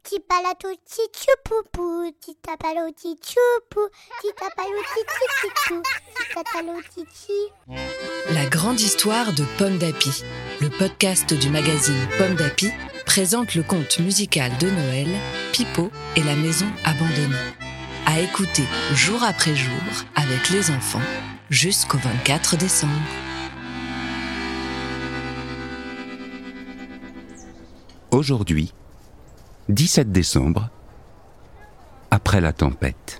Tipalato tichupupu, titapalo tichupu, titapalo tichichichou, titapalo tichi. La grande histoire de Pomme d'Api, le podcast du magazine Pomme d'Api, présente le conte musical de Noël, Pipo et la maison abandonnée. À écouter jour après jour avec les enfants jusqu'au 24 décembre. Aujourd'hui, 17 décembre, après la tempête.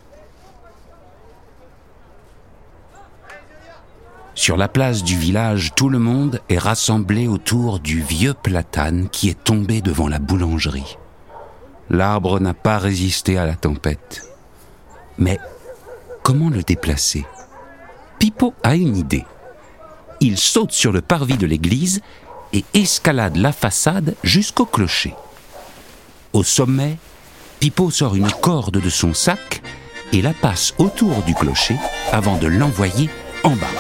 Sur la place du village, tout le monde est rassemblé autour du vieux platane qui est tombé devant la boulangerie. L'arbre n'a pas résisté à la tempête. Mais comment le déplacer ? Pipo a une idée. Il saute sur le parvis de l'église et escalade la façade jusqu'au clocher. Au sommet, Pipo sort une corde de son sac et la passe autour du clocher avant de l'envoyer en bas.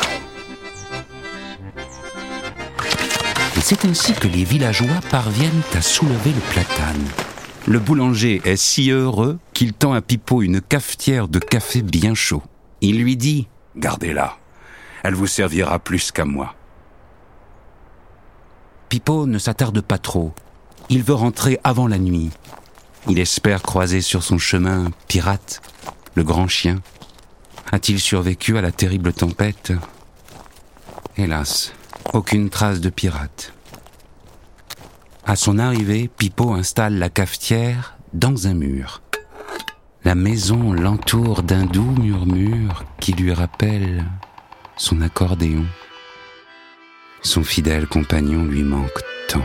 Et c'est ainsi que les villageois parviennent à soulever le platane. Le boulanger est si heureux qu'il tend à Pipo une cafetière de café bien chaud. Il lui dit « Gardez-la, elle vous servira plus qu'à moi. » Pipo ne s'attarde pas trop. Il veut rentrer avant la nuit. Il espère croiser sur son chemin Pirate, le grand chien. A-t-il survécu à la terrible tempête ? Hélas, aucune trace de Pirate. À son arrivée, Pipo installe la cafetière dans un mur. La maison l'entoure d'un doux murmure qui lui rappelle son accordéon. Son fidèle compagnon lui manque tant.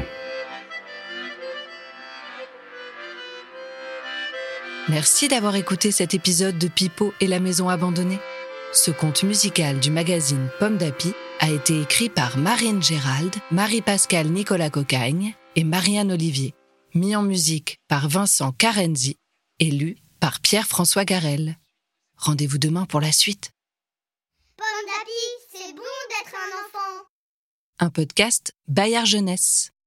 Merci d'avoir écouté cet épisode de Pipo et la maison abandonnée. Ce conte musical du magazine Pomme d'Api a été écrit par Marine Gérald, Marie-Pascale Nicolas Cocagne et Marianne Olivier, mis en musique par Vincent Carenzi et lu par Pierre-François Garel. Rendez-vous demain pour la suite. Pomme d'Api, c'est bon d'être un enfant. Un podcast Bayard Jeunesse.